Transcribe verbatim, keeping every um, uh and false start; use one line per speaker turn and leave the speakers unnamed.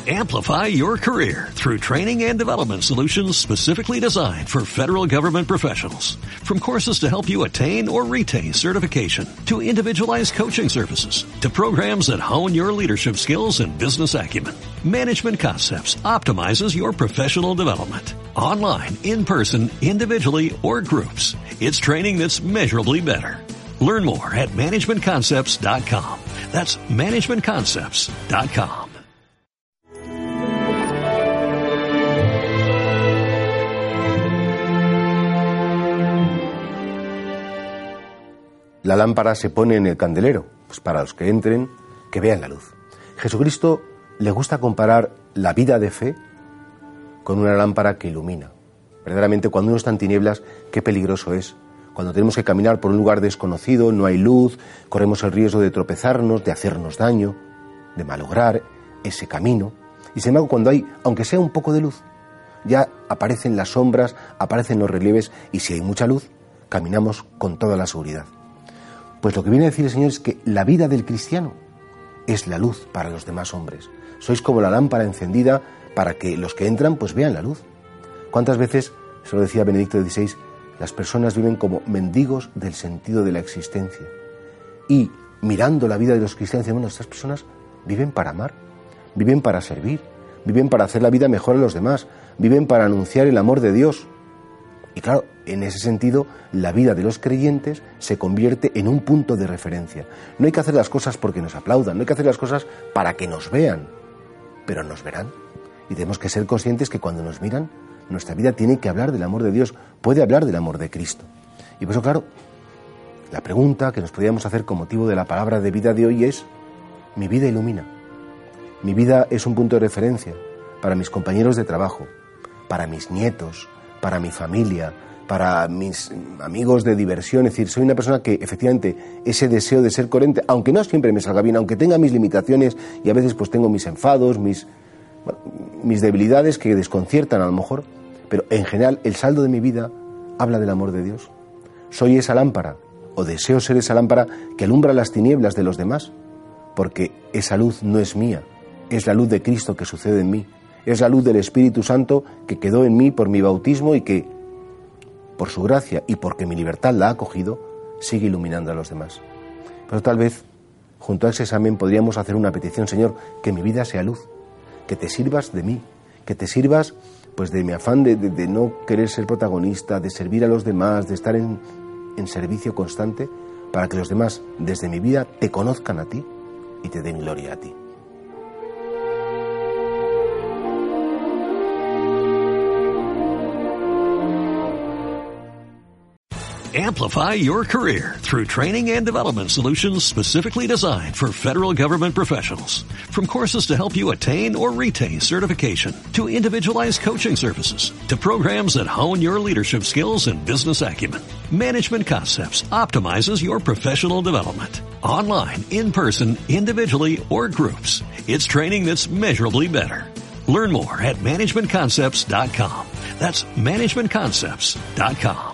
Amplify your career through training and development solutions specifically designed for federal government professionals. From courses to help you attain or retain certification, to individualized coaching services, to programs that hone your leadership skills and business acumen, Management Concepts optimizes your professional development. Online, in person, individually, or groups, it's training that's measurably better. Learn more at management concepts dot com. That's management concepts dot com.
La lámpara se pone en el candelero, pues para los que entren, que vean la luz. Jesucristo le gusta comparar la vida de fe con una lámpara que ilumina. Verdaderamente, cuando uno está en tinieblas, qué peligroso es. Cuando tenemos que caminar por un lugar desconocido, no hay luz, corremos el riesgo de tropezarnos, de hacernos daño, de malograr ese camino. Y sin embargo, cuando hay, aunque sea un poco de luz, ya aparecen las sombras, aparecen los relieves, y si hay mucha luz, caminamos con toda la seguridad. Pues lo que viene a decir el Señor es que la vida del cristiano es la luz para los demás hombres. Sois como la lámpara encendida para que los que entran pues vean la luz. ¿Cuántas veces, se lo decía Benedicto dieciséis, las personas viven como mendigos del sentido de la existencia? Y mirando la vida de los cristianos, decimos, bueno, estas personas viven para amar, viven para servir, viven para hacer la vida mejor a los demás, viven para anunciar el amor de Dios. Y claro, en ese sentido, la vida de los creyentes se convierte en un punto de referencia. No hay que hacer las cosas porque nos aplaudan, no hay que hacer las cosas para que nos vean, pero nos verán. Y tenemos que ser conscientes que cuando nos miran, nuestra vida tiene que hablar del amor de Dios, puede hablar del amor de Cristo. Y por eso, claro, la pregunta que nos podríamos hacer con motivo de la palabra de vida de hoy es, ¿mi vida ilumina? Mi vida es un punto de referencia para mis compañeros de trabajo, para mis nietos, para mi familia, para mis amigos de diversión. Es decir, soy una persona que efectivamente ese deseo de ser coherente, aunque no siempre me salga bien, aunque tenga mis limitaciones y a veces pues tengo mis enfados, mis, bueno, mis debilidades que desconciertan a lo mejor, pero en general el saldo de mi vida habla del amor de Dios. Soy esa lámpara, o deseo ser esa lámpara que alumbra las tinieblas de los demás, porque esa luz no es mía, es la luz de Cristo que sucede en mí. Es la luz del Espíritu Santo que quedó en mí por mi bautismo y que, por su gracia y porque mi libertad la ha acogido, sigue iluminando a los demás. Pero tal vez, junto a ese examen, podríamos hacer una petición, Señor, que mi vida sea luz, que te sirvas de mí, que te sirvas pues de mi afán de, de, de no querer ser protagonista, de servir a los demás, de estar en, en servicio constante, para que los demás, desde mi vida, te conozcan a ti y te den gloria a ti.
Amplify your career through training and development solutions specifically designed for federal government professionals. From courses to help you attain or retain certification, to individualized coaching services, to programs that hone your leadership skills and business acumen, Management Concepts optimizes your professional development. Online, in person, individually, or groups, it's training that's measurably better. Learn more at management concepts dot com. That's management concepts dot com.